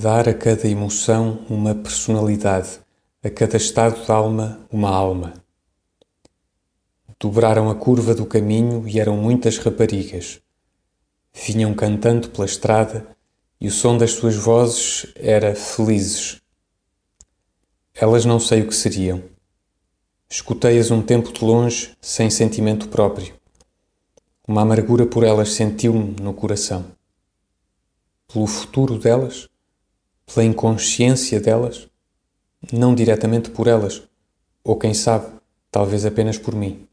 Dar a cada emoção uma personalidade, a cada estado de alma uma alma. Dobraram a curva do caminho e eram muitas raparigas. Vinham cantando pela estrada e o som das suas vozes era felizes. Elas não sei o que seriam. Escutei-as um tempo de longe, sem sentimento próprio. Uma amargura por elas sentiu-me no coração. Pelo futuro delas, pela inconsciência delas, não diretamente por elas, ou quem sabe, talvez apenas por mim.